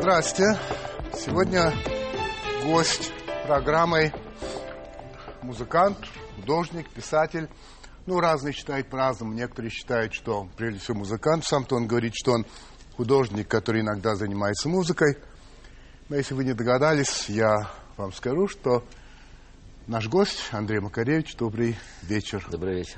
Здрасте. Сегодня гость программы музыкант, художник, писатель. Ну, разные считают по-разному. Некоторые считают, что прежде всего музыкант. Сам-то он говорит, что он художник, который иногда занимается музыкой. Но если вы не догадались, я вам скажу, что наш гость Андрей Макаревич. Добрый вечер. Добрый вечер.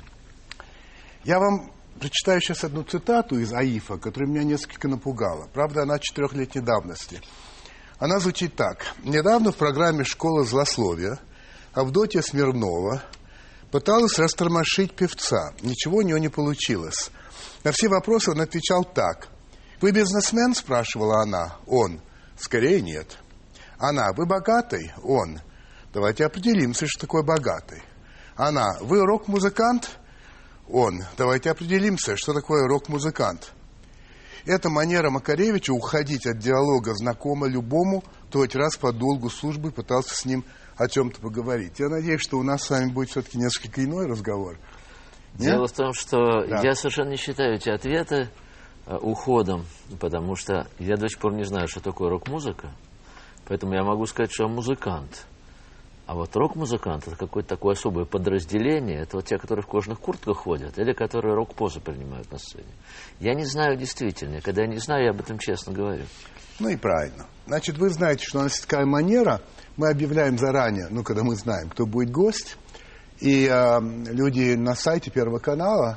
Я вам прочитаю сейчас одну цитату из Аифа, которая меня несколько напугала. Правда, она 4-летней давности. Она звучит так. Недавно в программе «Школа злословия» Авдотья Смирнова пыталась растормошить певца. Ничего у нее не получилось. На все вопросы он отвечал так. «Вы бизнесмен?» – спрашивала она. Он. «Скорее нет». Она. «Вы богатый?» Он. «Давайте определимся, что такое богатый». Она. «Вы рок-музыкант?» Он. «Давайте определимся, что такое рок-музыкант». Эта манера Макаревича уходить от диалога знакома любому, кто хоть раз по долгу службы пытался с ним о чем-то поговорить. Я надеюсь, что у нас с вами будет все-таки несколько иной разговор. Дело в том, что я совершенно не считаю эти ответы уходом, потому что я до сих пор не знаю, что такое рок-музыка, поэтому я могу сказать, что я музыкант. А вот рок-музыкант — это какое-то такое особое подразделение. Это вот те, которые в кожаных куртках ходят, или которые рок-позы принимают на сцене. Я не знаю действительно. Когда я не знаю, я об этом честно говорю. Ну и правильно. Значит, вы знаете, что у нас есть такая манера. Мы объявляем заранее, когда мы знаем, кто будет гость. И люди на сайте Первого канала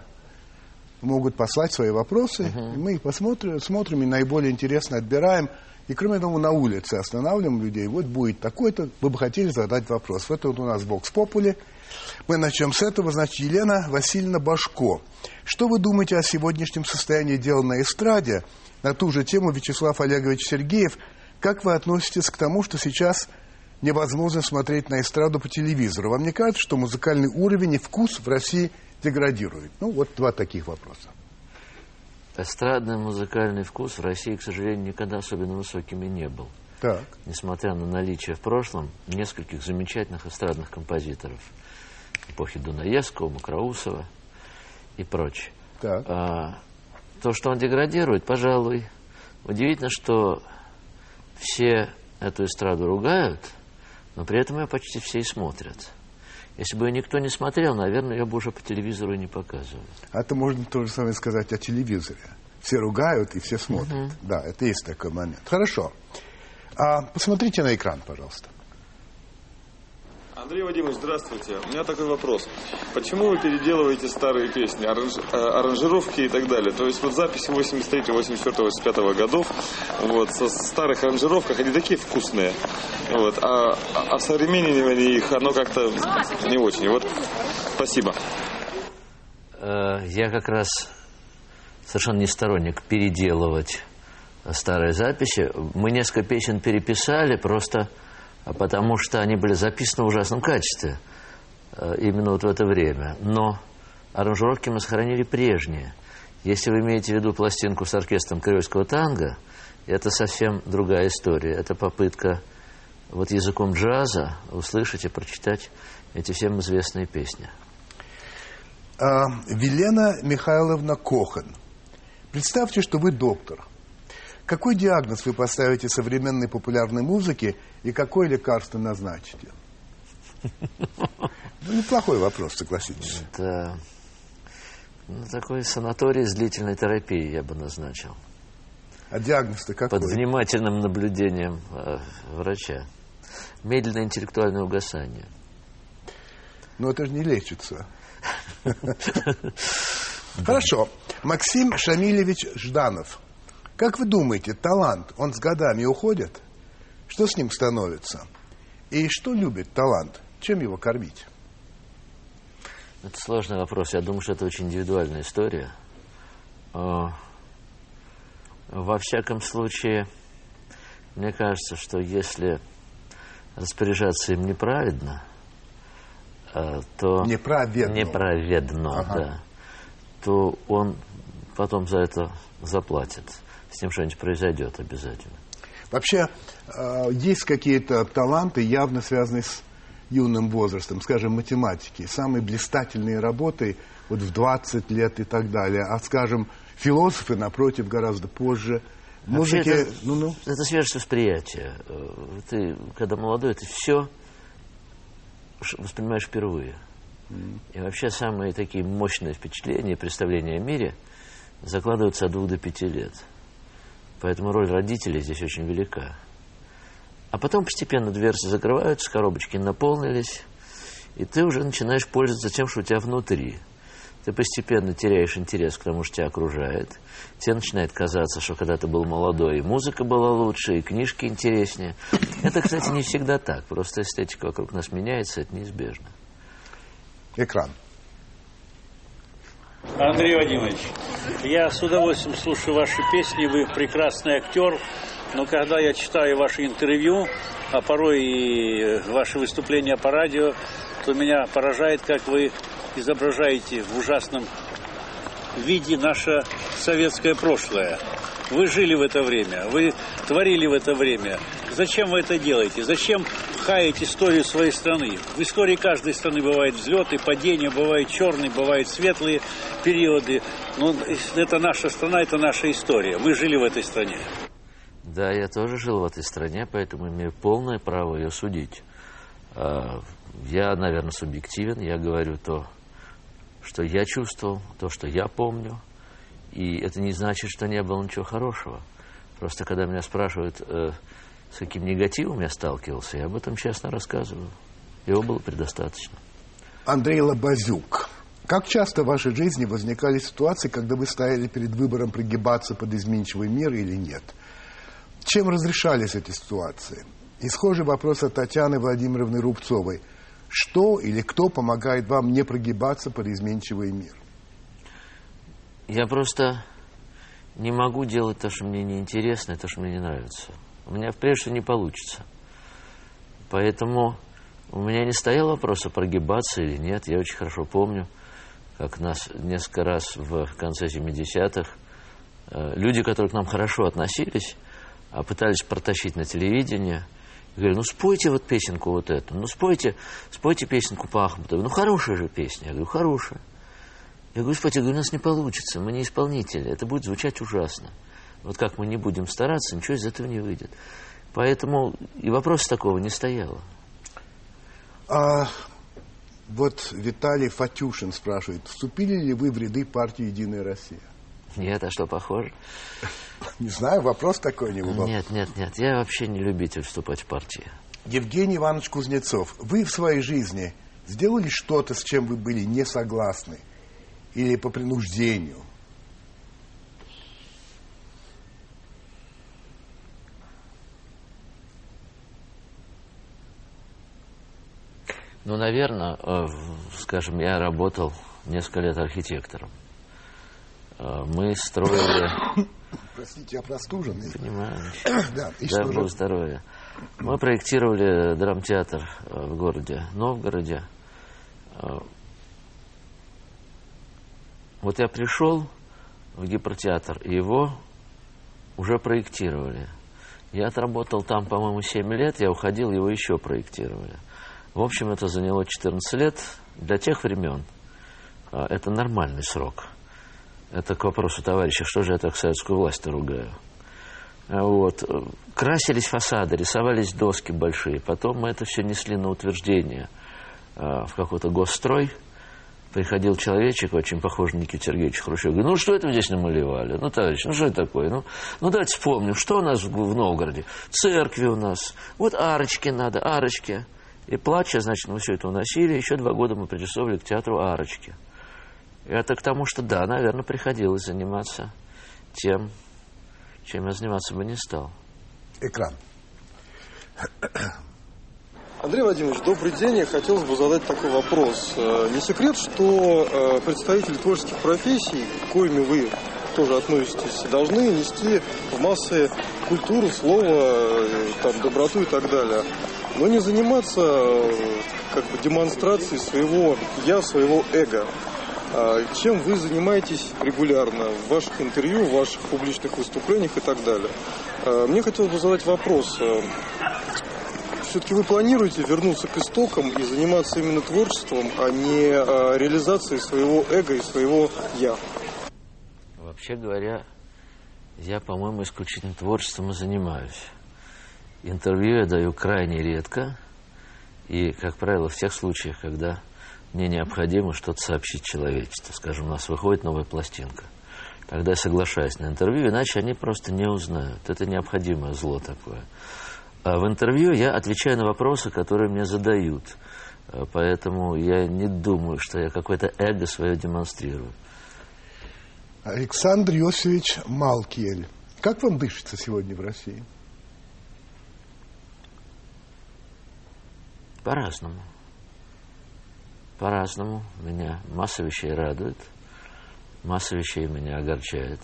могут послать свои вопросы. И мы их смотрим и наиболее интересно отбираем. И, кроме того, на улице останавливаем людей. Вот будет такой-то, вы бы хотели задать вопрос. Вот у нас Vox Populi. Мы начнем с этого. Значит, Елена Васильевна Башко. Что вы думаете о сегодняшнем состоянии дел на эстраде? На ту же тему Вячеслав Олегович Сергеев. Как вы относитесь к тому, что сейчас невозможно смотреть на эстраду по телевизору? Вам не кажется, что музыкальный уровень и вкус в России деградирует? Ну, вот два таких вопроса. Эстрадный музыкальный вкус в России, к сожалению, никогда особенно высокими не был. Так. Несмотря на наличие в прошлом нескольких замечательных эстрадных композиторов эпохи Дунаевского, Макроусова и прочее. Так. То, что он деградирует, пожалуй, удивительно, что все эту эстраду ругают, но при этом ее почти все и смотрят. Если бы ее никто не смотрел, наверное, ее бы уже по телевизору и не показывали. А это можно то же самое сказать о телевизоре. Все ругают и все смотрят. Да, это есть такой момент. Хорошо. Посмотрите на экран, пожалуйста. Андрей Вадимович, здравствуйте. У меня такой вопрос. Почему вы переделываете старые песни, аранжировки и так далее? То есть вот записи 83, 84, 85 годов, вот, со старых аранжировках, они такие вкусные. Вот, а в современнении их оно как-то не очень. Вот, спасибо. Я как раз совершенно не сторонник переделывать старые записи. Мы несколько песен переписали просто потому, что они были записаны в ужасном качестве именно вот в это время. Но аранжировки мы сохранили прежние. Если вы имеете в виду пластинку с оркестром креольского танго, это совсем другая история. Это попытка вот языком джаза услышать и прочитать эти всем известные песни. Велена Михайловна Кохан. Представьте, что вы доктор. Какой диагноз вы поставите современной популярной музыке и какое лекарство назначите? Неплохой вопрос, согласитесь. Это такой санаторий с длительной терапией я бы назначил. А диагноз-то какой? Под внимательным наблюдением врача. Медленное интеллектуальное угасание. Но это же не лечится. Хорошо. Максим Шамилевич Жданов. Как вы думаете, талант, он с годами уходит? Что с ним становится? И что любит талант? Чем его кормить? Это сложный вопрос. Я думаю, что это очень индивидуальная история. Во всяком случае, мне кажется, что если распоряжаться им неправедно, то... Неправедно, ага. Да. То он потом за это заплатит. С ним что-нибудь произойдет обязательно. Вообще, есть какие-то таланты, явно связанные с юным возрастом, скажем, математики, самые блистательные работы вот в 20 лет и так далее, а, скажем, философы, напротив, гораздо позже. Музыки... Это свежесть восприятия. Ты, когда молодой, ты все воспринимаешь впервые. И вообще самые такие мощные впечатления, представления о мире закладываются от 2 до 5 лет. Поэтому роль родителей здесь очень велика. А потом постепенно дверцы закрываются, коробочки наполнились, и ты уже начинаешь пользоваться тем, что у тебя внутри. Ты постепенно теряешь интерес к тому, что тебя окружает. Тебе начинает казаться, что когда ты был молодой, и музыка была лучше, и книжки интереснее. Это, кстати, не всегда так. Просто эстетика вокруг нас меняется, это неизбежно. Экран. Андрей Вадимович, я с удовольствием слушаю ваши песни, вы прекрасный актер, но когда я читаю ваши интервью, а порой и ваши выступления по радио, то меня поражает, как вы изображаете в ужасном виде наше советское прошлое. Вы жили в это время, вы творили в это время. Зачем вы это делаете? Зачем хаять историю своей страны? В истории каждой страны бывают взлеты, падения, бывают черные, бывают светлые периоды. Но это наша страна, это наша история. Вы жили в этой стране. Да, я тоже жил в этой стране, поэтому имею полное право ее судить. Я, наверное, субъективен, я говорю то, что я чувствовал, то, что я помню. И это не значит, что не было ничего хорошего. Просто когда меня спрашивают, с каким негативом я сталкивался, я об этом честно рассказываю. Его было предостаточно. Андрей Лабазюк. Как часто в вашей жизни возникали ситуации, когда вы стояли перед выбором прогибаться под изменчивый мир или нет? Чем разрешались эти ситуации? И схожий вопрос от Татьяны Владимировны Рубцовой. Что или кто помогает вам не прогибаться под изменчивый мир? Я просто не могу делать то, что мне неинтересно, и то, что мне не нравится. У меня, прежде всего, не получится. Поэтому у меня не стоял вопрос, прогибаться или нет. Я очень хорошо помню, как нас несколько раз в конце 70-х люди, которые к нам хорошо относились, пытались протащить на телевидение. Говорили, ну спойте вот песенку вот эту, ну спойте песенку по Ахматовой. Ну хорошая же песня. Я говорю, хорошая. Я говорю, господи, у нас не получится, мы не исполнители, это будет звучать ужасно. Вот как мы не будем стараться, ничего из этого не выйдет. Поэтому и вопроса такого не стояло. Вот Виталий Фатюшин спрашивает, вступили ли вы в ряды партии «Единая Россия»? Нет, а что, похоже? Не знаю, вопрос такой не был. Нет, я вообще не любитель вступать в партии. Евгений Иванович Кузнецов, вы в своей жизни сделали что-то, с чем вы были не согласны? Или по принуждению? Ну, наверное, скажем, я работал несколько лет архитектором. Мы строили... Простите, я простуженный. Понимаю. Да, Бог здоровья. Мы проектировали драмтеатр в городе Новгороде. Вот я пришел в гипротеатр, и его уже проектировали. Я отработал там, по-моему, 7 лет, я уходил, его еще проектировали. В общем, это заняло 14 лет. Для тех времен это нормальный срок. Это к вопросу товарища, что же я так советскую власть ругаю. Вот. Красились фасады, рисовались доски большие. Потом мы это все несли на утверждение в какой-то госстрой. Приходил человечек, очень похожий на Никиту Сергеевича Хрущева. Говорит, ну что это вы здесь намалевали? Ну, товарищ, ну что это такое? Ну давайте вспомним, что у нас в Новгороде? Церкви у нас. Вот арочки надо, арочки. И плача, значит, мы все это уносили. Еще 2 года мы пририсовывали к театру арочки. Это к тому, что, да, наверное, приходилось заниматься тем, чем я заниматься бы не стал. Экран. Андрей Владимирович, добрый день. Я хотелось бы задать такой вопрос. Не секрет, что представители творческих профессий, к коими вы тоже относитесь, должны нести в массы культуру, слово, там, доброту и так далее, но не заниматься как бы демонстрацией своего «я», своего эго. Чем вы занимаетесь регулярно в ваших интервью, в ваших публичных выступлениях и так далее? Мне хотелось бы задать вопрос. Все-таки вы планируете вернуться к истокам и заниматься именно творчеством, а не реализацией своего эго и своего «я»? Вообще говоря, Я, по-моему, исключительно творчеством и занимаюсь. Интервью я даю крайне редко. И, как правило, в тех случаях, когда мне необходимо что-то сообщить человечеству. Скажем, у нас выходит новая пластинка. Тогда я соглашаюсь на интервью, иначе они просто не узнают. Это необходимое зло такое. А в интервью я отвечаю на вопросы, которые мне задают. Поэтому я не думаю, что я какое-то эго свое демонстрирую. Александр Иосифович Малкиэль. Как вам дышится сегодня в России? По-разному. По-разному. Меня масса вещей радует, масса вещей меня огорчает.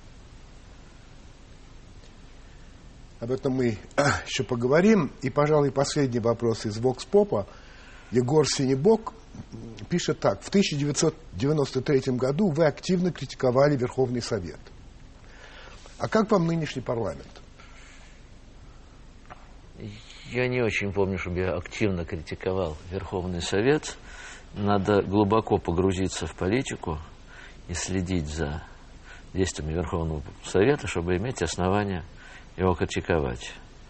Об этом мы еще поговорим. И, пожалуй, последний вопрос из Вокс-Попа. Егор Синебок пишет так. В 1993 году вы активно критиковали Верховный Совет. А как вам нынешний парламент? Я не очень помню, чтобы я активно критиковал Верховный Совет. Надо глубоко погрузиться в политику и следить за действиями Верховного Совета, чтобы иметь основания его критиковать.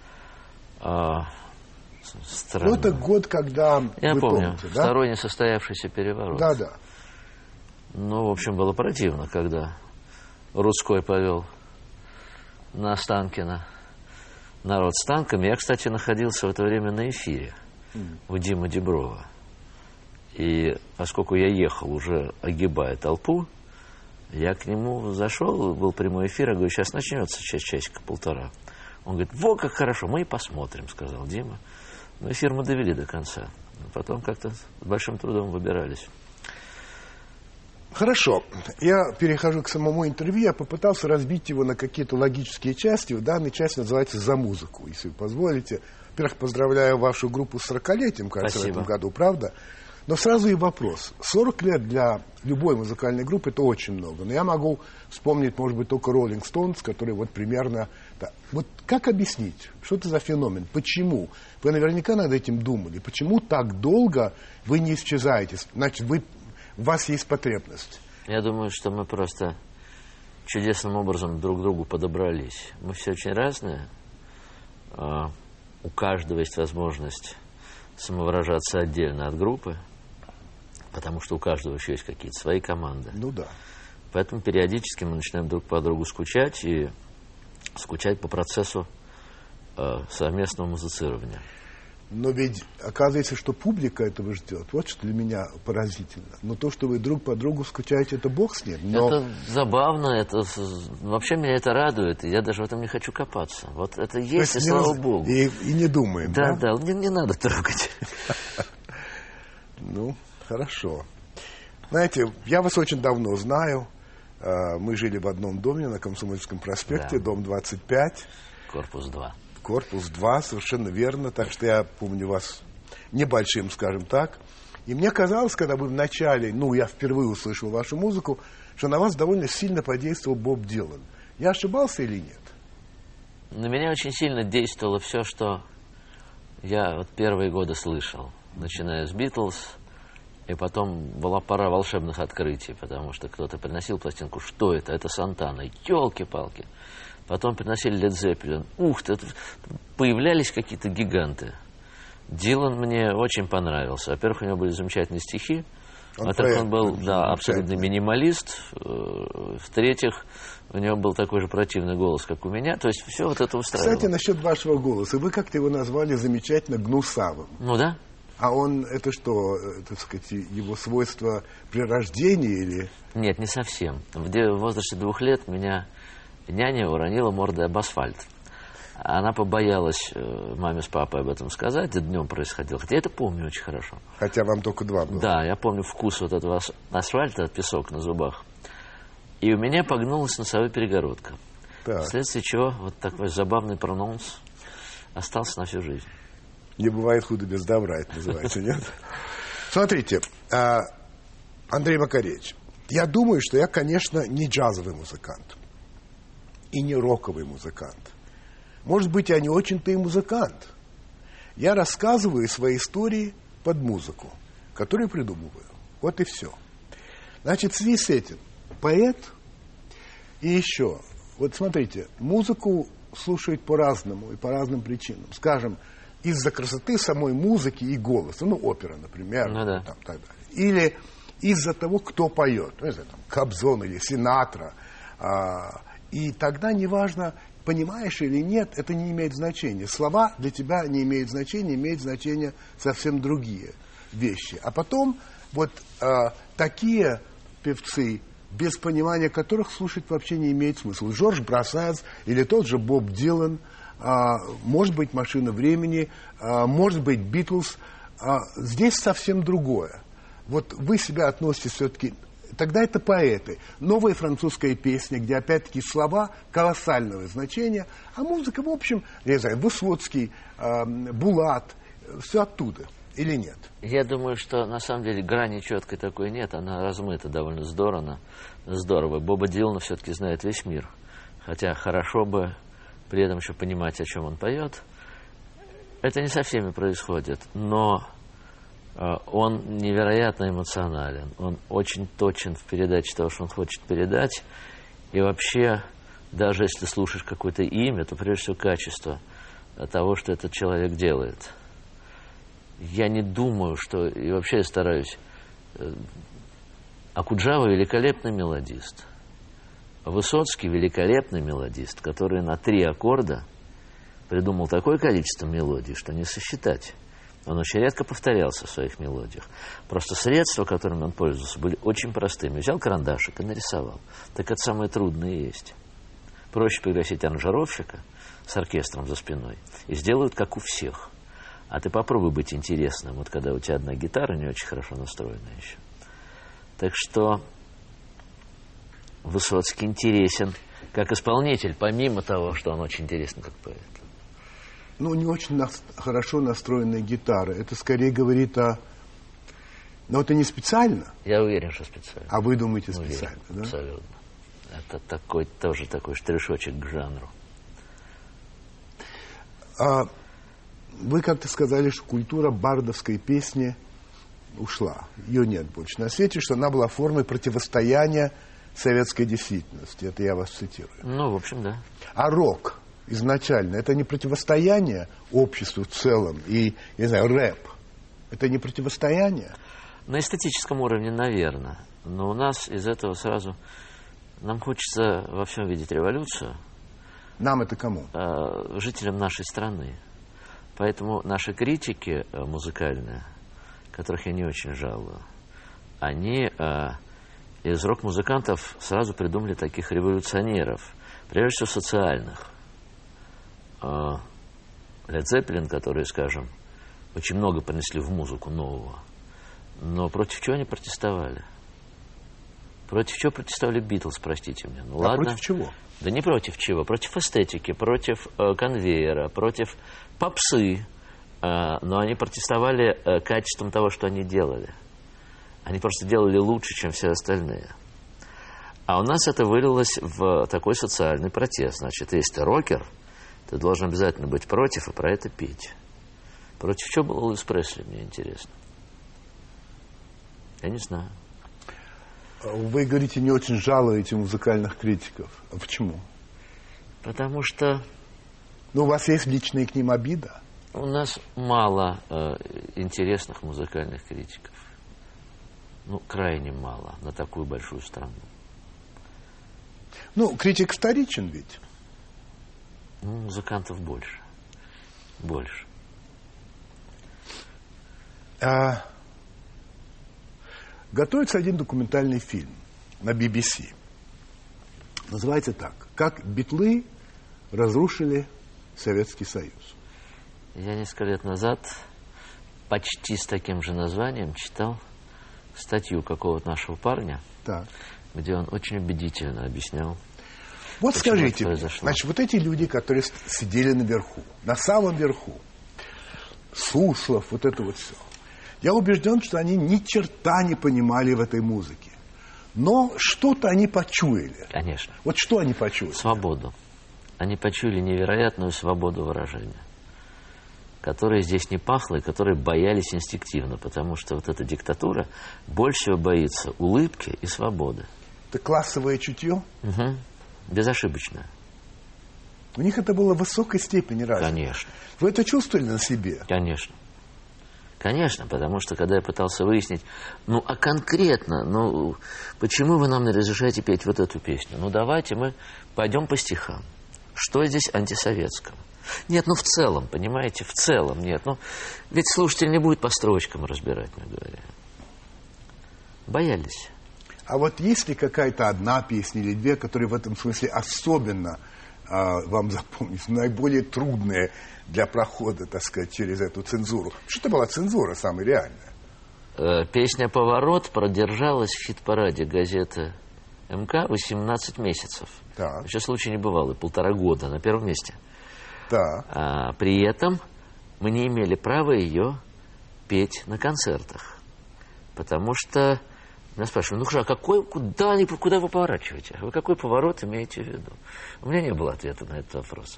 Странно. Ну, это год, когда... Я помню, помните, да? второй несостоявшийся переворот. Да. Ну, в общем, было противно, когда Рудской повел на Останкино народ с танками. Я, кстати, находился в это время на эфире у Димы Диброва. И поскольку я ехал, уже огибая толпу, я к нему зашел, был прямой эфир, я говорю, сейчас начнется, через часика-полтора. Он говорит, во, как хорошо, мы и посмотрим, сказал Дима. Но эфир мы довели до конца. Потом как-то с большим трудом выбирались. Хорошо. Я перехожу к самому интервью. Я попытался разбить его на какие-то логические части. В данной части называется «За музыку», если вы позволите. Во-первых, поздравляю вашу группу с 40-летием, кажется, в этом году, правда? Но сразу и вопрос. 40 лет для любой музыкальной группы – это очень много. Но я могу вспомнить, может быть, только Rolling Stones, которые вот примерно... Да. Вот как объяснить, что это за феномен? Почему? Вы наверняка над этим думали. Почему так долго вы не исчезаете? Значит, у вас есть потребность. Я думаю, что мы просто чудесным образом друг к другу подобрались. Мы все очень разные. У каждого есть возможность самовыражаться отдельно от группы, потому что у каждого еще есть какие-то свои команды. Ну да. Поэтому периодически мы начинаем друг по другу скучать и скучать по процессу совместного музицирования. Но ведь оказывается, что публика этого ждет. Вот что для меня поразительно. Но то, что вы друг по другу скучаете, это бог с ним. Но... Это забавно, это вообще меня это радует, и я даже в этом не хочу копаться. Вот это есть, и слава богу. И не думаем, да? Да, не надо трогать. Ну, хорошо. Знаете, я вас очень давно знаю. Мы жили в одном доме на Комсомольском проспекте, дом 25. Корпус 2. Корпус 2, совершенно верно. Так что я помню вас небольшим, скажем так. И мне казалось, когда вы в начале, я впервые услышал вашу музыку, что на вас довольно сильно подействовал Боб Дилан. Я ошибался или нет? На меня очень сильно действовало все, что я вот первые годы слышал. Начиная с Битлз, и потом была пора волшебных открытий, потому что кто-то приносил пластинку, что это? Это Сантана. Ёлки-палки. Потом приносили Led Zeppelin. Ух ты, появлялись какие-то гиганты. Дилан мне очень понравился. Во-первых, у него были замечательные стихи. Во-вторых, он был абсолютный минималист. В-третьих, у него был такой же противный голос, как у меня. То есть все вот это устраивало. Кстати, насчет вашего голоса. Вы как-то его назвали замечательно гнусавым. Ну да. А он, это что, так сказать, его свойство при рождении или... Нет, не совсем. В возрасте 2 лет меня няня уронила мордой об асфальт. Она побоялась маме с папой об этом сказать, это днем происходило. Хотя я это помню очень хорошо. Хотя вам только 2 было. Да, я помню вкус вот этого асфальта, песок на зубах. И у меня погнулась носовая перегородка. Так. Вследствие чего вот такой забавный прононс остался на всю жизнь. Не бывает худо без добра, это называется, нет? Смотрите, Андрей Макаревич, я думаю, что я, конечно, не джазовый музыкант. И не роковый музыкант. Может быть, я не очень-то и музыкант. Я рассказываю свои истории под музыку, которую придумываю. Вот и все. Значит, в связи с этим поэт и еще Вот смотрите, музыку слушают по-разному и по разным причинам. Скажем, из-за красоты самой музыки и голоса, ну, опера, например, Ну да. там, так далее. Или из-за того, кто поет, ну, не знаю, там, Кобзон или Синатра. И тогда неважно, понимаешь или нет, это не имеет значения. Слова для тебя не имеют значения, имеют значение совсем другие вещи. А потом вот такие певцы, без понимания которых слушать вообще не имеет смысла. Жорж Брассенс или тот же Боб Дилан, может быть, «Машина времени», может быть, «Битлз». Здесь совсем другое. Вот вы себя относите все-таки... Тогда это поэты. Новая французская песня, где опять-таки слова колоссального значения, а музыка, в общем, я не знаю, Высоцкий, Булат, все оттуда. Или нет? Я думаю, что на самом деле грани четкой такой нет, она размыта довольно здорово. Боба Дилана все-таки знает весь мир. Хотя хорошо бы при этом еще понимать, о чем он поет. Это не со всеми происходит, но он невероятно эмоционален. Он очень точен в передаче того, что он хочет передать. И вообще, даже если слушаешь какое-то имя, то прежде всего качество того, что этот человек делает. Я не думаю, что... И вообще я стараюсь... Окуджава великолепный мелодист. Высоцкий великолепный мелодист, который на 3 аккорда придумал такое количество мелодий, что не сосчитать. Он очень редко повторялся в своих мелодиях. Просто средства, которыми он пользовался, были очень простыми. Взял карандашик и нарисовал. Так это самое трудное и есть. Проще пригласить аранжировщика с оркестром за спиной и сделают, как у всех. А ты попробуй быть интересным, вот когда у тебя одна гитара не очень хорошо настроена еще. Так что Высоцкий интересен как исполнитель, помимо того, что он очень интересен как поэт. Ну, не очень хорошо настроенная гитара. Это скорее говорит о... Но это не специально. Я уверен, что специально. А вы думаете Уверен, специально, да? Абсолютно. Это тоже такой штришочек к жанру. Вы как-то сказали, что культура бардовской песни ушла. Ее нет больше на свете, что она была формой противостояния советской действительности. Это я вас цитирую. Ну, в общем, да. А рок изначально это не противостояние обществу в целом и, я не знаю, рэп. Это не противостояние? На эстетическом уровне, наверное. Но у нас из этого сразу... Нам хочется во всем видеть революцию. Нам это кому? Жителям нашей страны. Поэтому наши критики музыкальные, которых я не очень жалую, они из рок-музыкантов сразу придумали таких революционеров, прежде всего социальных. Лед Зеппелин, которые, скажем, очень много принесли в музыку нового, но против чего они протестовали? Против чего протестовали Битлз, простите меня? Ну, ладно. Против чего? Да не против чего. Против эстетики, против конвейера, против попсы. Но они протестовали качеством того, что они делали. Они просто делали лучше, чем все остальные. А у нас это вылилось в такой социальный протест. Значит, если ты рокер, ты должен обязательно быть против и про это петь. Против чего был Элвис Пресли, мне интересно? Я не знаю. Вы говорите, не очень жалуете музыкальных критиков. А почему? Потому что... Ну, у вас есть личная к ним обида? У нас мало интересных музыкальных критиков. Ну, крайне мало на такую большую страну. Ну, критик вторичен ведь. Ну, музыкантов больше. Больше. Готовится один документальный фильм на BBC. Называется так. Как битлы разрушили Советский Союз. Я несколько лет назад почти с таким же названием читал статью какого-то нашего парня, Так. где он очень убедительно объяснял. Вот почему скажите, это произошло. значит, вот эти люди, которые сидели наверху, на самом верху, Суслов, вот это вот все. Я убежден, что они ни черта не понимали в этой музыке. Но что-то они почуяли. Конечно. Вот что они почуяли? Свободу. Они почуяли невероятную свободу выражения, которая здесь не пахла и которой боялись инстинктивно, потому что вот эта диктатура больше всего боится улыбки и свободы. Это классовое чутье? Угу. безошибочная. У них это было в высокой степени развито. Конечно. Вы это чувствовали на себе? Конечно. Конечно, потому что, когда я пытался выяснить, ну, а конкретно, ну, почему вы нам не разрешаете петь вот эту песню? Ну, давайте мы пойдем по стихам. Что здесь антисоветского? Нет, ну, в целом, понимаете, в целом нет. Ну, ведь слушатель не будет по строчкам разбирать, мы говоря. Боялись. А вот есть ли какая-то одна песня или две, которые в этом смысле особенно вам запомнились, наиболее трудные для прохода, так сказать, через эту цензуру? Что это была цензура самая реальная? Песня «Поворот» продержалась в хит-параде газеты МК 18 месяцев. Так. Вообще случай не бывалый, 1,5 года на первом месте. Так. При этом мы не имели права ее петь на концертах. Потому что меня спрашивают, ну хорошо, а куда вы поворачиваете? Вы какой поворот имеете в виду? У меня не было ответа на этот вопрос.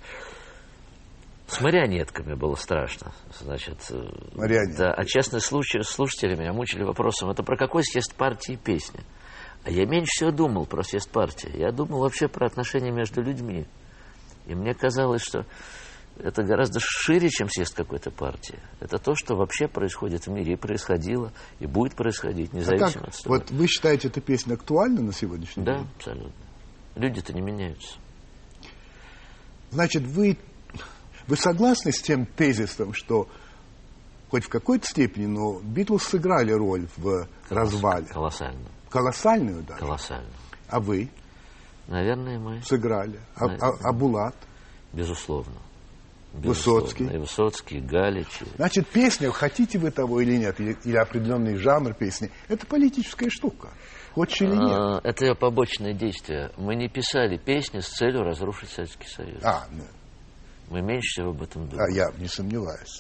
С марионетками было страшно. Значит, да, а честные слушатели меня мучили вопросом, это про какой съезд партии песня? А я меньше всего думал про съезд партии. Я думал вообще про отношения между людьми. И мне казалось, что это гораздо шире, чем съезд какой-то партии. Это то, что вообще происходит в мире, и происходило, и будет происходить, независимо от того. Вот вы считаете, эта песня актуальна на сегодняшний день? Да, абсолютно. Люди-то не меняются. Значит, вы согласны с тем тезисом, что хоть в какой-то степени, но Битлз сыграли роль в развале? Колоссальную. Колоссальную, да? Колоссальную. А вы? Наверное, мы. Сыграли. А Булат? Безусловно. Высоцкий? И Высоцкий, и Галич. Значит, песня, хотите вы того или нет, или определенный жанр песни, это политическая штука. Хочешь или нет? Это ее побочное действие. Мы не писали песни с целью разрушить Советский Союз. Ну. Мы меньше всего об этом думаем. Я не сомневаюсь.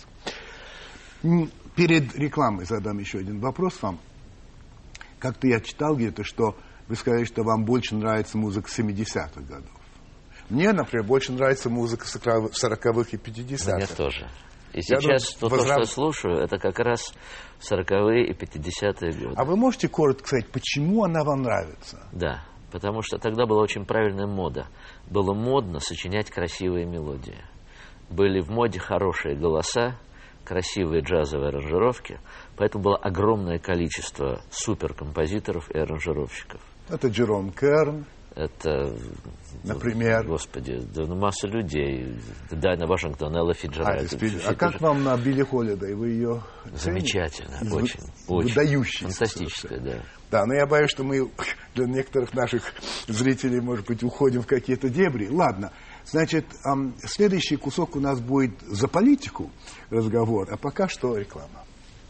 Перед рекламой задам еще один вопрос вам. Как-то я читал где-то, что вы сказали, что вам больше нравится музыка 70-х годов. Мне, например, больше нравится музыка 40-х и 50-х. Мне тоже. И сейчас то, что я слушаю, это как раз 40-е и 50-е годы. А вы можете коротко сказать, почему она вам нравится? Да, потому что тогда была очень правильная мода. Было модно сочинять красивые мелодии. Были в моде хорошие голоса, красивые джазовые аранжировки, поэтому было огромное количество суперкомпозиторов и аранжировщиков. Это Джером Керн. Это, например, господи, масса людей. Дайна Вашингтон, Элла Фицджеральд. А как вам на Билли Холидей? Вы ее замечательно, очень. Выдающаяся. Фантастическая, да. Да, но я боюсь, что мы для некоторых наших зрителей, может быть, уходим в какие-то дебри. Ладно, значит, следующий кусок у нас будет за политику разговор, а пока что реклама.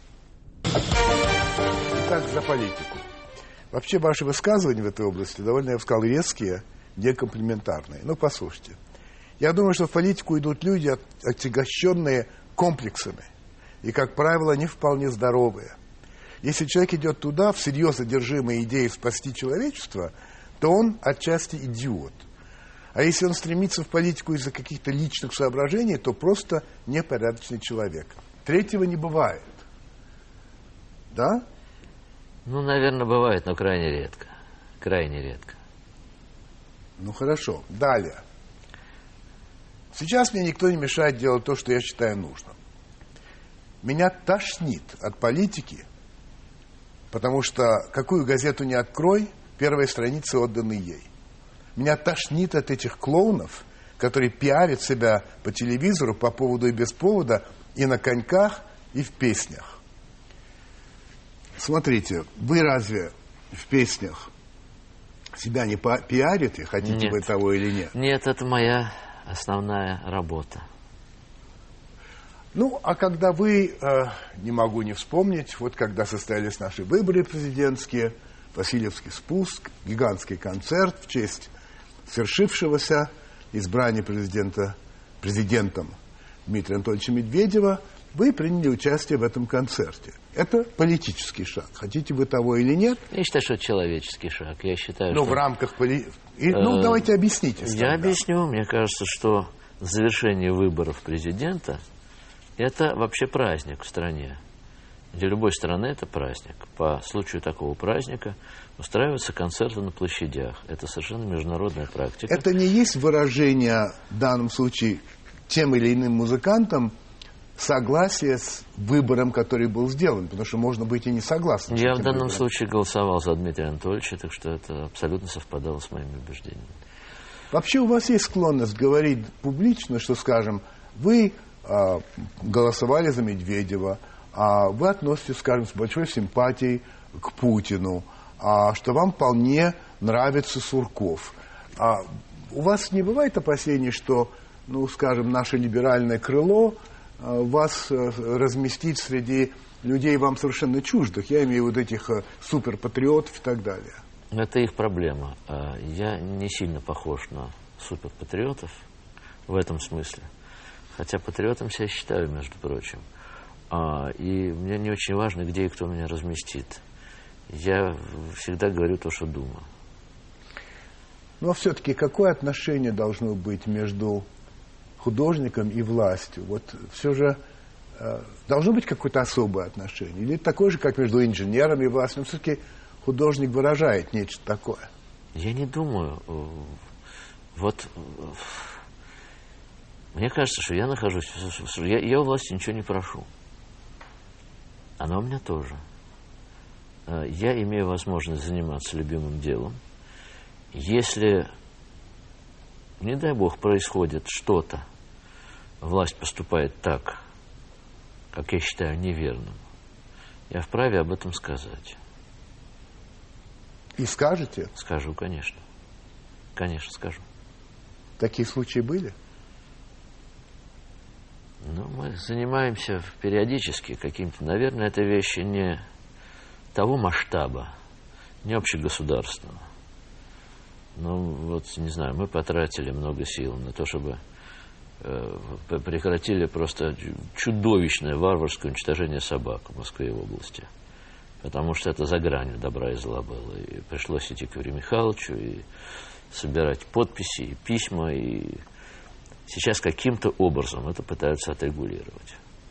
Итак, за политику. Вообще, ваши высказывания в этой области довольно, я бы сказал, резкие, некомплиментарные. Ну, послушайте. Я думаю, что в политику идут люди, отягощенные комплексами. И, как правило, не вполне здоровые. Если человек идет туда, всерьез одержимой идеей спасти человечество, то он отчасти идиот. А если он стремится в политику из-за каких-то личных соображений, то просто непорядочный человек. Третьего не бывает. Да? Ну, наверное, бывает, но крайне редко. Крайне редко. Ну, хорошо. Далее. Сейчас мне никто не мешает делать то, что я считаю нужным. Меня тошнит от политики, потому что какую газету ни открой, первые страницы отданы ей. Меня тошнит от этих клоунов, которые пиарят себя по телевизору по поводу и без повода, и на коньках, и в песнях. Смотрите, вы разве в песнях себя не пиарите, хотите вы того или нет? Нет, это моя основная работа. Ну, а когда вы, не могу не вспомнить, вот когда состоялись наши выборы президентские, Васильевский спуск, гигантский концерт в честь свершившегося избрания президентом Дмитрия Анатольевича Медведева, вы приняли участие в этом концерте. Это политический шаг. Хотите вы того или нет? Я считаю, что это человеческий шаг. Я считаю, что... в рамках... Ну, давайте объясните. Я объясню. Мне кажется, что завершение выборов президента – это вообще праздник в стране. для любой страны это праздник. По случаю такого праздника устраиваются концерты на площадях. Это совершенно международная практика. Это не есть выражение в данном случае тем или иным музыкантам согласия с выбором, который был сделан, потому что можно быть и не согласным. Я в данном случае голосовал за Дмитрия Анатольевича, так что это абсолютно совпадало с моими убеждениями. Вообще у вас есть склонность говорить публично, что, скажем, вы голосовали за Медведева, а вы относитесь, скажем, с большой симпатией к Путину, что вам вполне нравится Сурков. У вас не бывает опасений, что, ну, скажем, наше либеральное крыло вас разместить среди людей вам совершенно чуждых? Я имею в виду этих суперпатриотов и так далее. Это их проблема. Я не сильно похож на суперпатриотов в этом смысле. Хотя патриотом себя считаю, между прочим. И мне не очень важно, где и кто меня разместит. Я всегда говорю то, что думаю. Но все-таки какое отношение должно быть между художником и властью? Вот все же должно быть какое-то особое отношение? Или такое же, как между инженером и властью? Но все-таки художник выражает нечто такое. Я не думаю. Вот мне кажется, что я нахожусь... Я у власти ничего не прошу. Она у меня тоже. Я имею возможность заниматься любимым делом. Если, не дай бог, происходит что-то, власть поступает так, как я считаю неверным, я вправе об этом сказать. И скажете? Скажу, конечно. Конечно, скажу. Такие случаи были? Ну, мы занимаемся периодически каким-то... Наверное, это вещи не того масштаба, не общегосударственного. Ну, вот, не знаю, мы потратили много сил на то, чтобы прекратили просто чудовищное варварское уничтожение собак в Москве и в области. Потому что это за гранью добра и зла было. И пришлось идти к Юрию Михайловичу и собирать подписи, и письма, и сейчас каким-то образом это пытаются отрегулировать.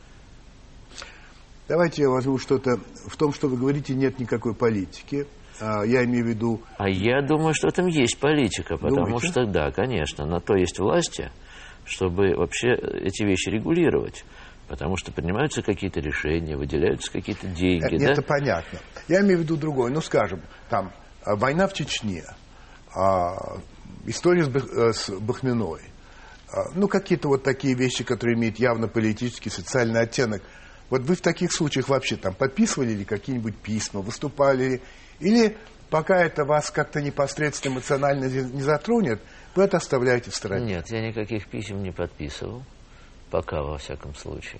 Давайте я возьму что-то. В том, что вы говорите, нет никакой политики. Я имею в виду... А я думаю, что в этом есть политика, потому Думаете? что, да, конечно, на то есть власти, чтобы вообще эти вещи регулировать. Потому что принимаются какие-то решения, выделяются какие-то деньги. Это понятно. Я имею в виду другое. Ну, скажем, там, война в Чечне, история с Бахминой, ну, какие-то вот такие вещи, которые имеют явно политический, социальный оттенок. Вот вы в таких случаях вообще там подписывали ли какие-нибудь письма, выступали ли? Или пока это вас как-то непосредственно эмоционально не затронет, вы это оставляете в стороне? Нет, я никаких писем не подписывал. Пока, во всяком случае.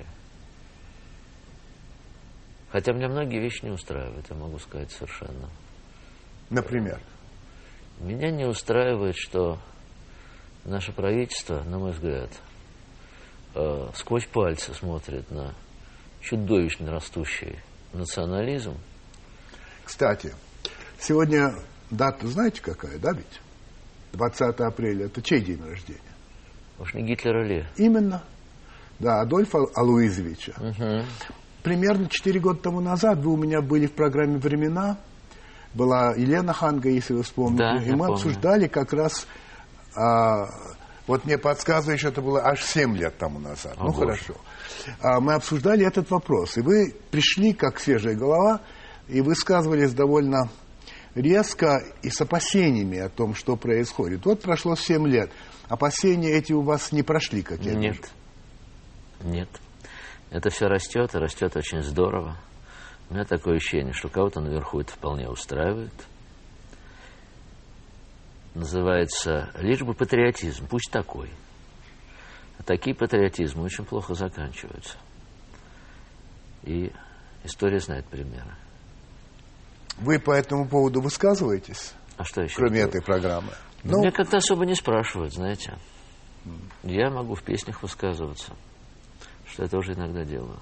Хотя меня многие вещи не устраивают, я могу сказать совершенно. Например? Меня не устраивает, что наше правительство, на мой взгляд, сквозь пальцы смотрит на чудовищно растущий национализм. Кстати, сегодня дата, знаете, какая, да, ведь? 20 апреля. Это чей день рождения? Уж не Гитлера ли? Именно. Да, Адольфа Алуизовича. Угу. Примерно 4 года тому назад вы у меня были в программе «Времена». Была Елена Ханга, если вы вспомните. Да, и мы обсуждали как раз... вот мне подсказывают, что это было аж 7 лет тому назад. Ну, Боже. хорошо. Мы обсуждали этот вопрос. И вы пришли, как свежая голова, и высказывались довольно резко и с опасениями о том, что происходит. Вот прошло 7 лет. Опасения эти у вас не прошли, как я вижу? Нет. Это все растет, и растет очень здорово. У меня такое ощущение, что кого-то наверху это вполне устраивает. Называется лишь бы патриотизм, пусть такой. А такие патриотизмы очень плохо заканчиваются. И история знает примеры. Вы по этому поводу высказываетесь? А что еще? Кроме этой программы? Меня как-то особо не спрашивают, знаете. Я могу в песнях высказываться, что я тоже иногда делаю.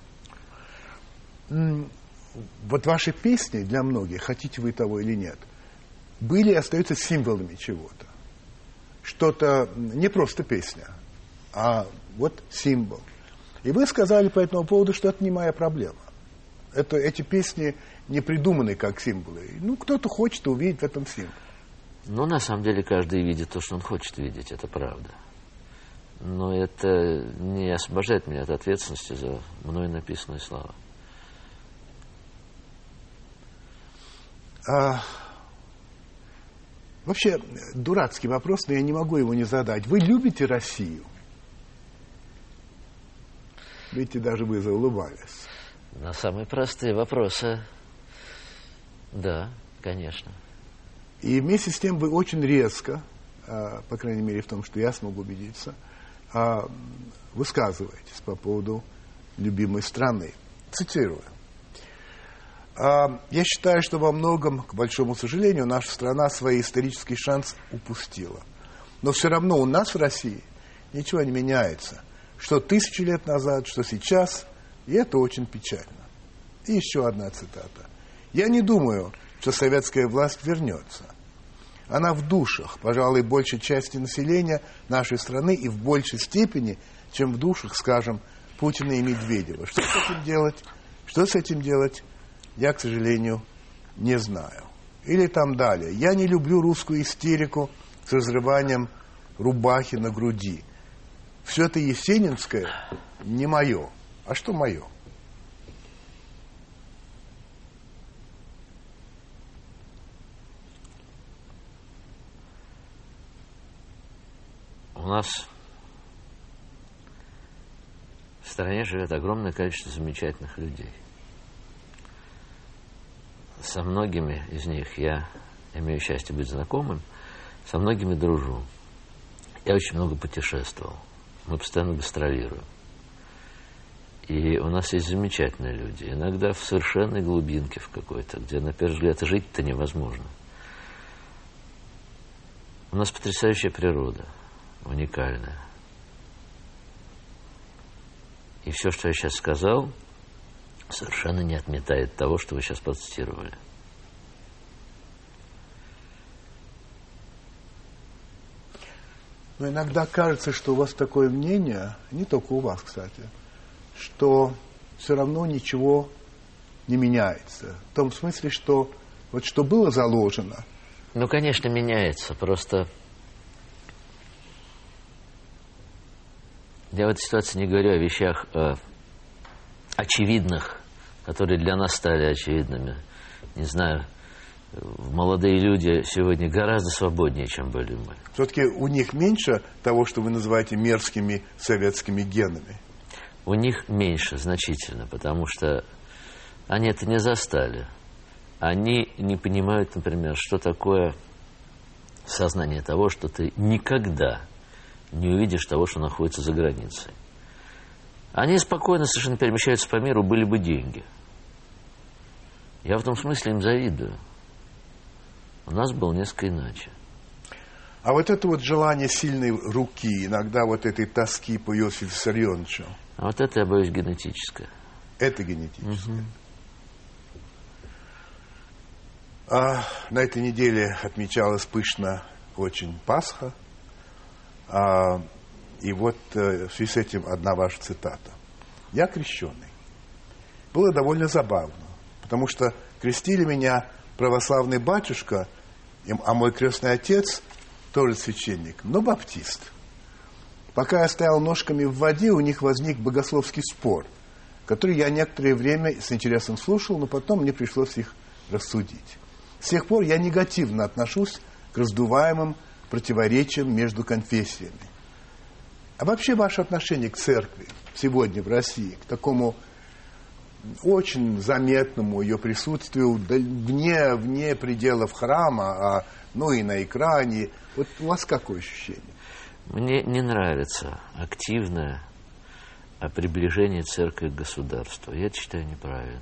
Вот ваши песни для многих, хотите вы того или нет, были и остаются символами чего-то. Что-то, не просто песня, а вот символ. И вы сказали по этому поводу, что это не моя проблема. Эти песни не придуманы как символы. Ну, кто-то хочет увидеть в этом символ. Ну, на самом деле, каждый видит то, что он хочет видеть, это правда. Но это не освобождает меня от ответственности за мной написанные слова. Вообще, дурацкий вопрос, но я не могу его не задать. Вы любите Россию? Видите, даже вы заулыбались. На самые простые вопросы, да, конечно. И вместе с тем вы очень резко, по крайней мере в том, что я смог убедиться, высказываетесь по поводу любимой страны. Цитирую. Я считаю, что во многом, к большому сожалению, наша страна свой исторический шанс упустила. Но все равно у нас в России ничего не меняется. Что 1000 лет назад, что сейчас, и это очень печально. И еще одна цитата. Я не думаю, что советская власть вернется. Она в душах, пожалуй, большей части населения нашей страны и в большей степени, чем в душах, скажем, Путина и Медведева. Что с этим делать? Что с этим делать? Я, к сожалению, не знаю. Или там далее. Я не люблю русскую истерику с разрыванием рубахи на груди. Все это есенинское не мое. А что мое? У нас в стране живет огромное количество замечательных людей. Со многими из них я имею счастье быть знакомым, со многими дружу. Я очень много путешествовал. Мы постоянно гастролируем. И у нас есть замечательные люди. Иногда в совершенной глубинке в какой-то, где, на первый взгляд, жить-то невозможно. У нас потрясающая природа, уникальная. И все, что я сейчас сказал, совершенно не отметает того, что вы сейчас процитировали. Но иногда кажется, что у вас такое мнение, не только у вас, кстати, что все равно ничего не меняется. В том смысле, что вот что было заложено. Ну, конечно, меняется. Просто я в этой ситуации не говорю о вещах очевидных, которые для нас стали очевидными. Не знаю, молодые люди сегодня гораздо свободнее, чем были мы. Все-таки у них меньше того, что вы называете мерзкими советскими генами. У них меньше, значительно, потому что они это не застали. Они не понимают, например, что такое сознание того, что ты никогда не увидишь того, что находится за границей. Они спокойно совершенно перемещаются по миру, были бы деньги. Я в том смысле им завидую. У нас было несколько иначе. А вот это вот желание сильной руки, иногда вот этой тоски по Иосифу Виссарионовичу. А вот это, я боюсь, генетическое. Это генетическое. На этой неделе отмечалась пышно очень Пасха. И вот в связи с этим одна ваша цитата. «Я крещеный». Было довольно забавно, потому что крестили меня православный батюшка, а мой крестный отец тоже священник, но баптист. Пока я стоял ножками в воде, у них возник богословский спор, который я некоторое время с интересом слушал, но потом мне пришлось их рассудить. С тех пор я негативно отношусь к раздуваемым противоречиям между конфессиями. А вообще ваше отношение к церкви сегодня в России, к такому очень заметному ее присутствию вне пределов храма, ну и на экране, вот у вас какое ощущение? Мне не нравится активное приближение церкви к государству. Я это считаю неправильным.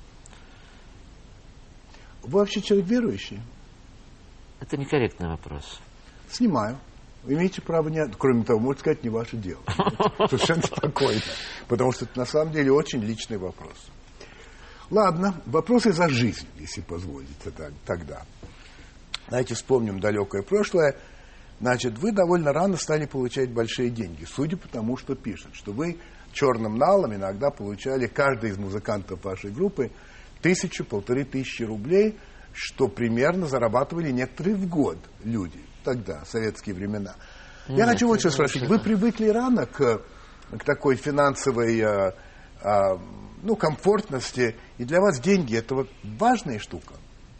Вы вообще человек верующий? Это некорректный вопрос. Снимаю. Вы имеете право не... Кроме того, можно сказать, не ваше дело. Совершенно спокойно. Потому что это на самом деле очень личный вопрос. Ладно, вопросы за жизнь, если позволите тогда. Давайте вспомним далекое прошлое. Значит, вы довольно рано стали получать большие деньги, судя по тому, что пишут, что вы черным налом иногда получали, каждый из музыкантов вашей группы, 1000-1500 рублей, что примерно зарабатывали некоторые в год люди тогда, в советские времена. Я хочу вот что спросить. Вы привыкли рано к такой финансовой комфортности, и для вас деньги – это вот важная штука?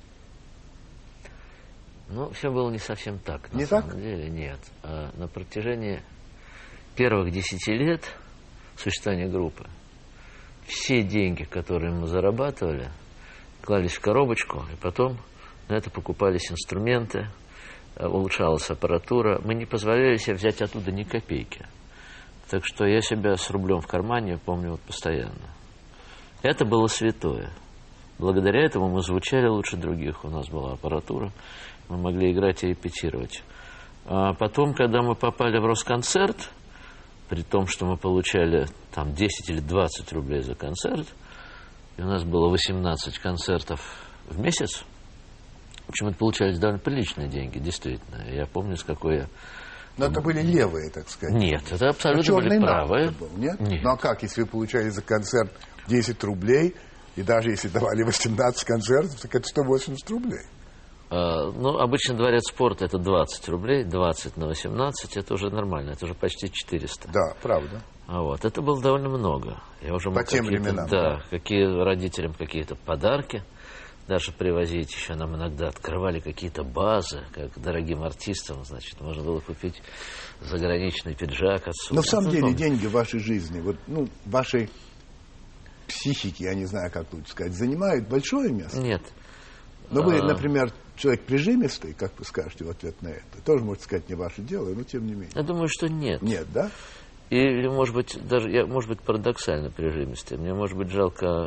Ну, все было не совсем так, не на так? самом деле, нет. На протяжении первых 10 лет существования группы все деньги, которые мы зарабатывали, клались в коробочку, и потом на это покупались инструменты, улучшалась аппаратура. Мы не позволяли себе взять оттуда ни копейки. Так что я себя с рублем в кармане помню вот постоянно. Это было святое. Благодаря этому мы звучали лучше других. У нас была аппаратура, мы могли играть и репетировать. А потом, когда мы попали в Росконцерт, при том, что мы получали там 10 или 20 рублей за концерт, и у нас было 18 концертов в месяц, в общем, это получались довольно приличные деньги, действительно. Я помню, с какой я... Но это были левые, так сказать. Нет, это абсолютно были правые. Был, нет? Нет. Ну а как, если вы получали за концерт 10 рублей, и даже если давали 18 концертов, так это 180 рублей? Ну, обычно дворец спорта это 20 рублей, 20 на 18, это уже нормально, это уже почти 400. Да, правда. Вот, это было довольно много. Я уже по тем временам. Да, родителям какие-то подарки даже привозить. Еще нам иногда открывали какие-то базы, как дорогим артистам, значит, можно было купить заграничный пиджак отсюда. Но в самом деле деньги в вашей жизни, вот, вашей психике, я не знаю, как лучше сказать, занимают большое место? Нет. Но вы, например, человек прижимистый, как вы скажете в ответ на это, тоже, можете сказать, не ваше дело, но тем не менее. Я думаю, что нет. Нет, да? Или, может быть, даже я, может быть, парадоксально прижимистый. Мне, может быть, жалко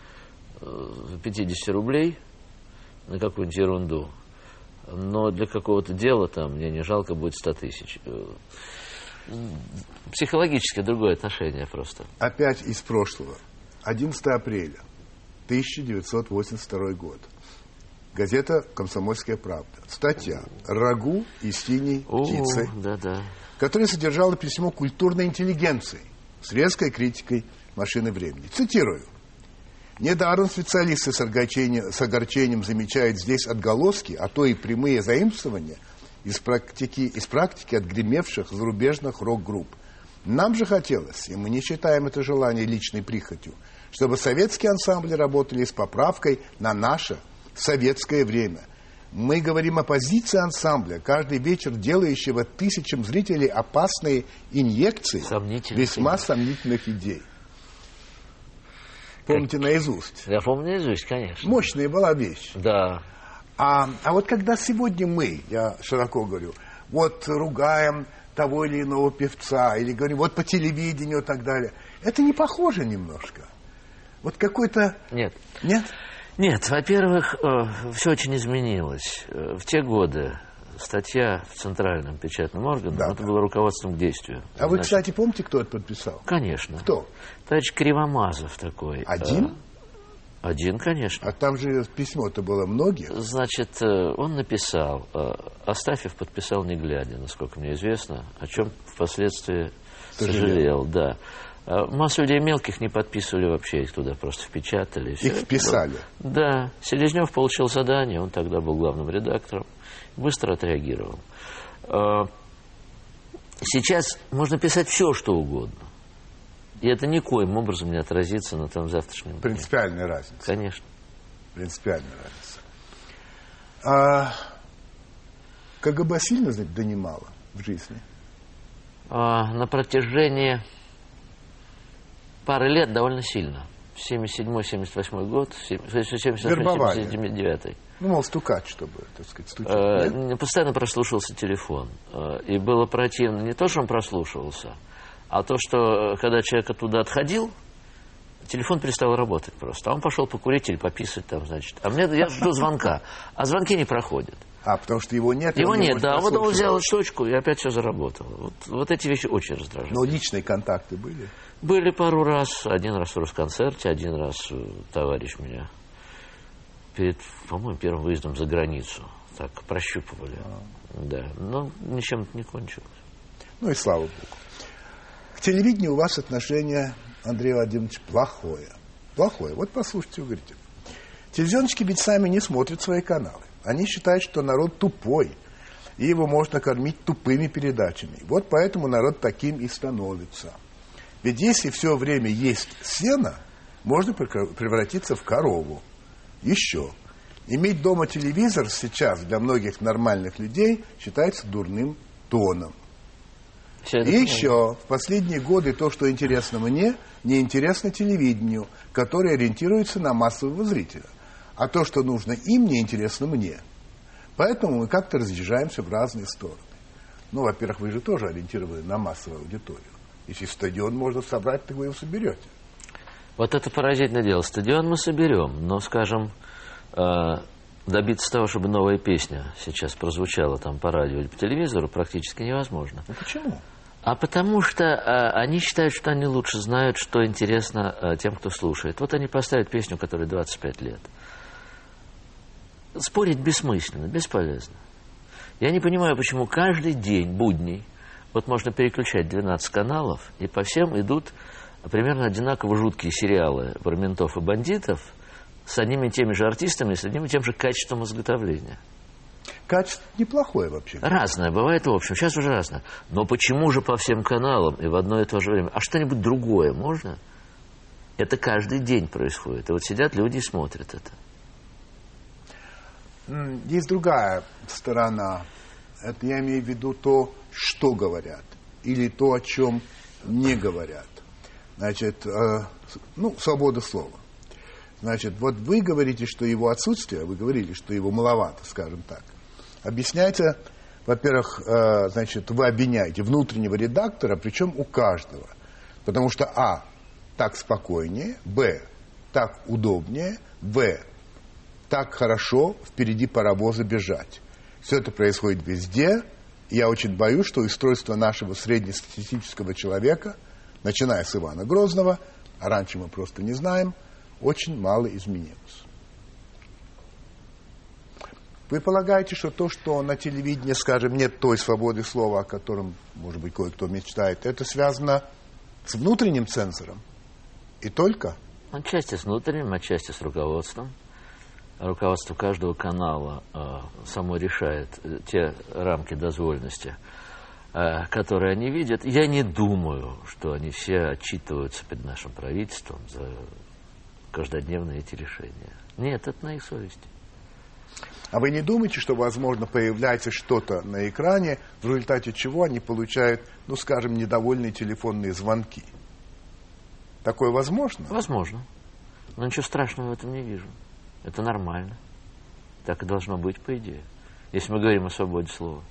50 рублей на какую-нибудь ерунду, но для какого-то дела там мне не жалко будет 100 тысяч. Психологически другое отношение просто. Опять из прошлого. 11 апреля 1982 год. Газета «Комсомольская правда». Статья «Рагу из синей птицы», да-да, которая содержала письмо культурной интеллигенции с резкой критикой «Машины времени». Цитирую. «Недаром специалисты с огорчением замечают здесь отголоски, а то и прямые заимствования из практики отгремевших зарубежных рок-групп. Нам же хотелось, и мы не считаем это желание личной прихотью, чтобы советские ансамбли работали с поправкой на наше советское время. Мы говорим о позиции ансамбля, каждый вечер делающего тысячам зрителей опасные инъекции весьма сомнительных идей». Помните наизусть? Я помню наизусть, конечно. Мощная была вещь. Да. А вот когда сегодня мы, я широко говорю, вот ругаем того или иного певца, или говорим, вот по телевидению и так далее, это не похоже немножко? Вот какой-то... Нет. Нет? Нет, во-первых, все очень изменилось. В те годы статья в Центральном печатном органе, это было руководством к действию. А вы, кстати, помните, кто это подписал? Конечно. Кто? Товарищ Кривомазов такой. Один? Один, конечно. А там же письмо-то было многие. Значит, он написал, Астафьев подписал не глядя, насколько мне известно, о чем впоследствии сожалел. Да. Массу людей мелких не подписывали вообще, их туда просто впечатали. Их вписали? Да. Селезнев получил задание, он тогда был главным редактором, быстро отреагировал. Сейчас можно писать все, что угодно. И это никоим образом не отразится на том завтрашнем дне. Принципиальная разница. Конечно. Принципиальная разница. КГБ сильно донимало в жизни? На протяжении пары лет довольно сильно. 77-78 год, 78-79. Ну, мол, стукать, чтобы, так сказать, стучать. Постоянно прослушивался телефон. И было противно не то, что он прослушивался, а то, что когда человек оттуда отходил, телефон перестал работать просто. А он пошел покурить или пописать там, значит. А я жду звонка. А звонки не проходят. Потому что его нет. Его нет, да. Вот он взял штучку, и опять все заработало. Вот эти вещи очень раздражают. Но личные контакты были? Были пару раз. Один раз в Росконцерте, один раз товарищ меня перед, по-моему, первым выездом за границу так прощупывали. Да, но ничем это не кончилось. Ну и слава богу. К телевидению у вас отношение, Андрей Владимирович, плохое. Плохое. Вот послушайте, вы говорите. Телевизионщики ведь сами не смотрят свои каналы. Они считают, что народ тупой, и его можно кормить тупыми передачами. Вот поэтому народ таким и становится. Ведь если все время есть сено, можно превратиться в корову. Еще. Иметь дома телевизор сейчас для многих нормальных людей считается дурным тоном. И еще. В последние годы то, что интересно мне, не интересно телевидению, которое ориентируется на массового зрителя. А то, что нужно им, не интересно мне. Поэтому мы как-то разъезжаемся в разные стороны. Ну, во-первых, вы же тоже ориентированы на массовую аудиторию. Если стадион можно собрать, так вы его соберете. Вот это поразительное дело. Стадион мы соберем, но, скажем, добиться того, чтобы новая песня сейчас прозвучала там по радио или по телевизору, практически невозможно. Ну, почему? А потому что они считают, что они лучше знают, что интересно тем, кто слушает. Вот они поставят песню, которой 25 лет. Спорить бессмысленно, бесполезно. Я не понимаю, почему каждый день, будний, вот можно переключать 12 каналов, и по всем идут примерно одинаково жуткие сериалы про ментов и бандитов с одними и теми же артистами, с одним и тем же качеством изготовления. Качество неплохое вообще. Разное, бывает в общем, сейчас уже разное. Но почему же по всем каналам и в одно и то же время? А что-нибудь другое можно? Это каждый день происходит. И вот сидят люди и смотрят это. Есть другая сторона. Это я имею в виду то, что говорят, или то, о чем не говорят. Значит, свобода слова. Значит, вот вы говорите, что его отсутствие, вы говорили, что его маловато, скажем так. Объясняйте, во-первых, значит, вы обвиняете внутреннего редактора, причем у каждого. Потому что, а, так спокойнее, б, так удобнее, в, так хорошо впереди паровоза бежать. Все это происходит везде. Я очень боюсь, что устройство нашего среднестатистического человека, начиная с Ивана Грозного, а раньше мы просто не знаем, очень мало изменилось. Вы полагаете, что то, что на телевидении, скажем, нет той свободы слова, о котором, может быть, кое-кто мечтает, это связано с внутренним цензором? И только? Отчасти с внутренним, отчасти с руководством. Руководство каждого канала само решает те рамки дозволенности, которые они видят. Я не думаю, что они все отчитываются перед нашим правительством за каждодневные эти решения. Нет, это на их совести. А вы не думаете, что, возможно, появляется что-то на экране, в результате чего они получают, ну, скажем, недовольные телефонные звонки? Такое возможно? Возможно. Но ничего страшного в этом не вижу. Это нормально. Так и должно быть, по идее. Если мы говорим о свободе слова.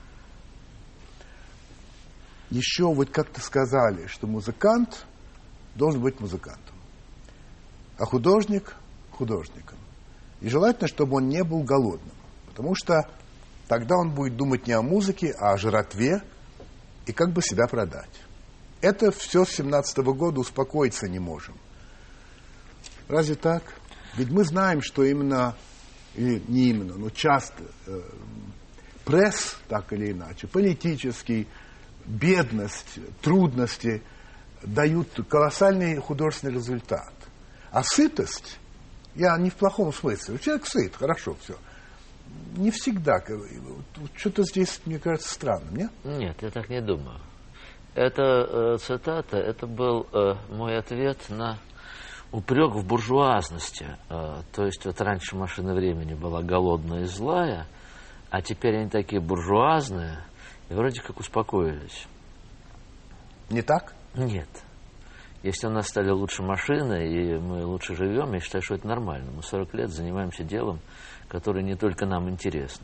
Еще вот как-то сказали, что музыкант должен быть музыкантом, а художник – художником. И желательно, чтобы он не был голодным, потому что тогда он будет думать не о музыке, а о жратве и как бы себя продать. Это все с 17-го года успокоиться не можем. Разве так? Ведь мы знаем, что именно, или не именно, но часто пресс, так или иначе, политический, бедность, трудности дают колоссальный художественный результат. А сытость, я не в плохом смысле, человек сыт, хорошо, все. Не всегда. Что-то здесь, мне кажется, странным, нет? Нет, я так не думаю. Эта цитата, это был мой ответ на упрек в буржуазности. То есть вот раньше машина времени была голодная и злая, а теперь они такие буржуазные и вроде как успокоились. Не так? Нет. Если у нас стали лучше машины, и мы лучше живем, я считаю, что это нормально. Мы 40 лет занимаемся делом, которое не только нам интересно.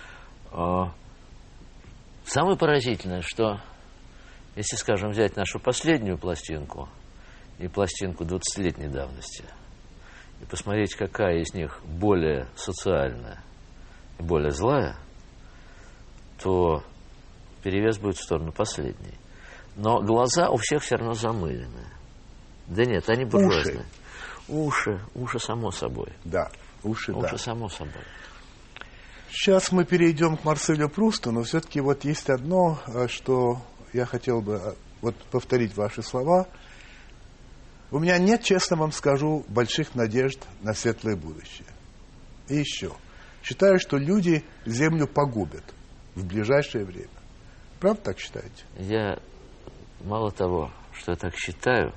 Самое поразительное, что если, скажем, взять нашу последнюю пластинку и пластинку 20-летней давности, и посмотреть, какая из них более социальная и более злая, то перевес будет в сторону последней. Но глаза у всех все равно замылены. Да нет, они буржуазные. Уши, само собой. Да, уши, да. Уши, само собой. Сейчас мы перейдем к Марселю Прусту, но все-таки вот есть одно, что я хотел бы вот повторить ваши слова. У меня нет, честно вам скажу, больших надежд на светлое будущее. И еще. Считаю, что люди Землю погубят в ближайшее время. Правда так считаете? Я мало того, что я так считаю,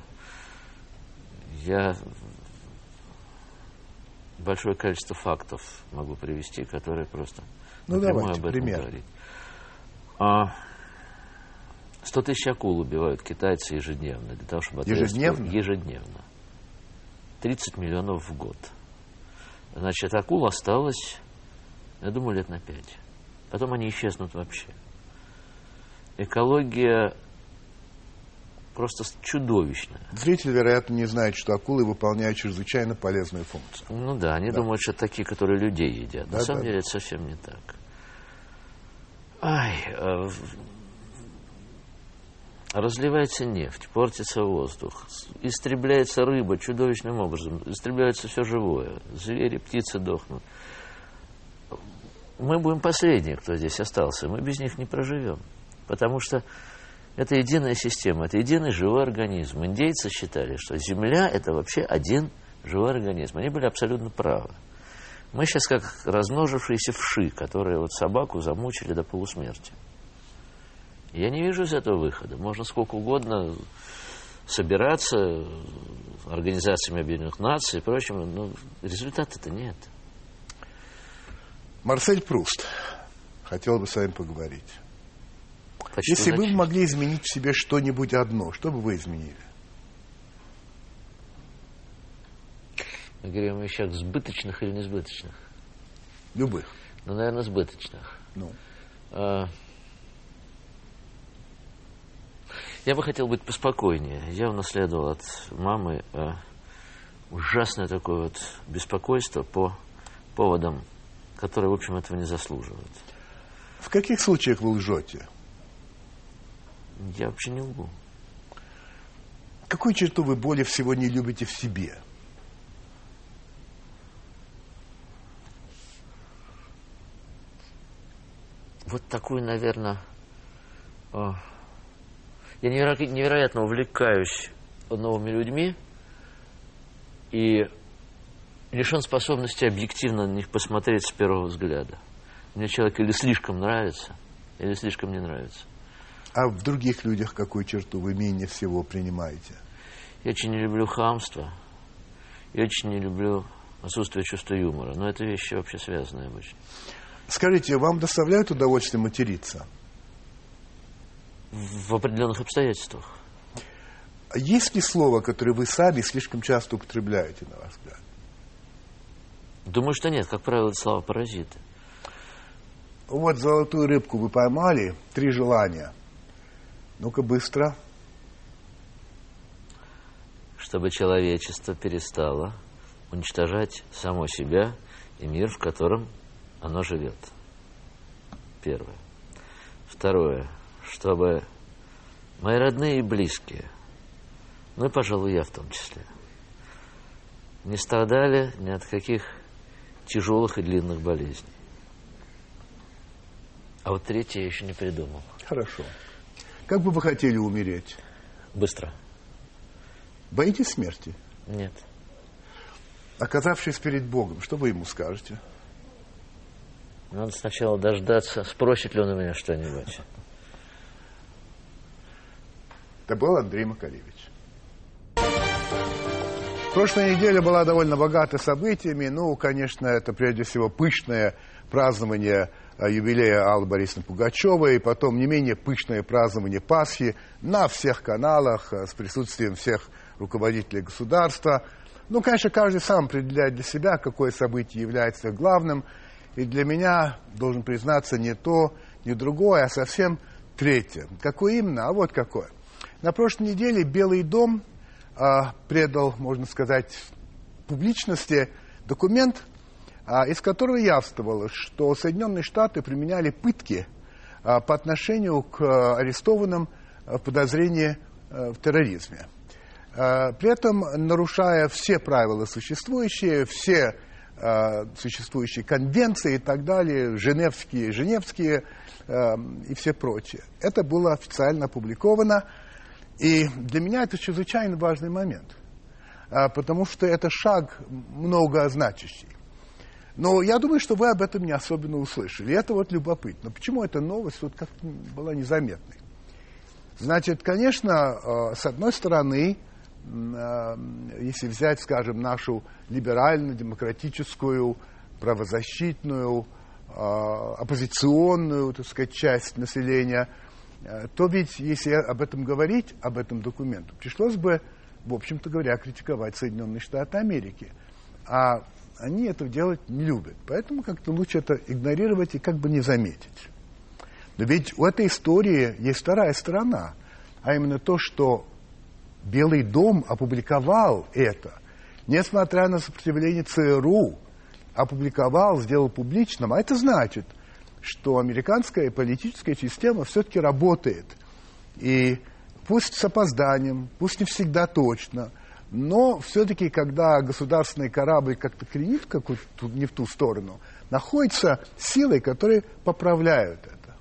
я большое количество фактов могу привести, которые просто напрямую об этом говорят. 100 тысяч акул убивают китайцы ежедневно для того, чтобы ежедневно? Ежедневно. 30 миллионов в год. Значит, акул осталось, я думаю, лет на 5. Потом они исчезнут вообще. Экология просто чудовищная. Зритель, вероятно, не знает, что акулы выполняют чрезвычайно полезную функцию. Ну да, они думают, что это такие, которые людей едят. Да, на самом деле это совсем не так. Разливается нефть, портится воздух, истребляется рыба чудовищным образом, истребляется все живое, звери, птицы дохнут. Мы будем последние, кто здесь остался, мы без них не проживем, потому что это единая система, это единый живой организм. Индейцы считали, что Земля – это вообще один живой организм. Они были абсолютно правы. Мы сейчас как размножившиеся вши, которые вот собаку замучили до полусмерти. Я не вижу из этого выхода. Можно сколько угодно собираться организациями Объединенных Наций и прочим, но результата-то нет. Марсель Пруст, хотел бы с вами поговорить. Почти Если бы вы могли изменить в себе что-нибудь одно, что бы вы изменили? Мы говорим о вещах сбыточных или несбыточных? Любых. Ну, наверное, сбыточных. Ну. Я бы хотел быть поспокойнее. Я унаследовал от мамы ужасное такое вот беспокойство по поводам, которые, в общем, этого не заслуживают. В каких случаях вы лжете? Я вообще не лгу. Какую черту вы более всего не любите в себе? Вот такую, наверное... Я невероятно увлекаюсь новыми людьми и лишен способности объективно на них посмотреть с первого взгляда. Мне человек или слишком нравится, или слишком не нравится. А в других людях какую черту вы менее всего принимаете? Я очень не люблю хамство, я очень не люблю отсутствие чувства юмора. Но это вещи вообще связанные обычно. Скажите, вам доставляет удовольствие материться? В определенных обстоятельствах. Есть ли слово, которое вы сами слишком часто употребляете, на ваш взгляд? Думаю, что нет. Как правило, это слова паразиты. Вот золотую рыбку вы поймали, 3 желания. Ну-ка, быстро. Чтобы человечество перестало уничтожать само себя и мир, в котором оно живет. Первое. Второе. Чтобы мои родные и близкие, ну и, пожалуй, я в том числе, не страдали ни от каких тяжелых и длинных болезней. А вот третье я еще не придумал. Хорошо. Как бы вы хотели умереть? Быстро. Боитесь смерти? Нет. Оказавшись перед Богом, что вы ему скажете? Надо сначала дождаться, спросит ли он у меня что-нибудь. Это был Андрей Макаревич. Прошлая неделя была довольно богата событиями. Ну, конечно, это прежде всего пышное празднование юбилея Аллы Борисовны Пугачевой, и потом не менее пышное празднование Пасхи на всех каналах с присутствием всех руководителей государства. Ну, конечно, каждый сам определяет для себя, какое событие является главным. И для меня, должен признаться, не то, не другое, а совсем третье. Какое именно? А вот какое. На прошлой неделе Белый дом предал, можно сказать, публичности документ, из которого явствовало, что Соединенные Штаты применяли пытки по отношению к арестованным в подозрении в терроризме. При этом нарушая все правила существующие, все существующие конвенции и так далее, женевские и все прочее. Это было официально опубликовано, и для меня это чрезвычайно важный момент, потому что это шаг многозначащий. Но я думаю, что вы об этом не особенно услышали. И это вот любопытно. Почему эта новость вот как-то была незаметной? Значит, конечно, с одной стороны, если взять, скажем, нашу либерально-демократическую, правозащитную, оппозиционную, так сказать, часть населения, то ведь, если об этом говорить, об этом документе, пришлось бы, в общем-то говоря, критиковать Соединенные Штаты Америки. А они этого делать не любят. Поэтому как-то лучше это игнорировать и как бы не заметить. Но ведь у этой истории есть вторая сторона, а именно то, что Белый дом опубликовал это, несмотря на сопротивление ЦРУ, опубликовал, сделал публичным, а это значит, что американская политическая система все-таки работает. И пусть с опозданием, пусть не всегда точно, но все-таки, когда государственный корабль как-то кренит какую-то не в ту сторону, находятся силы, которые поправляют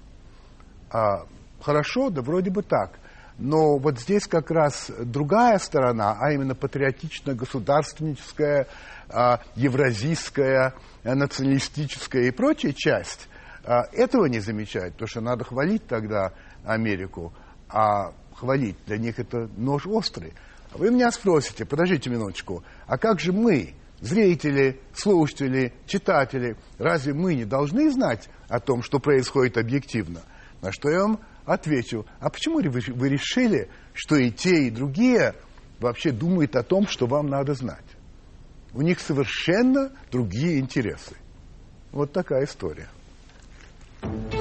это. Хорошо, да вроде бы так. Но вот здесь как раз другая сторона, а именно патриотично-государственническая, евразийская, националистическая и прочая часть, этого не замечает, потому что надо хвалить тогда Америку, а хвалить для них это нож острый. Вы меня спросите, подождите минуточку, а как же мы, зрители, слушатели, читатели, разве мы не должны знать о том, что происходит объективно? На что я вам отвечу, а почему вы решили, что и те, и другие вообще думают о том, что вам надо знать? У них совершенно другие интересы. Вот такая история.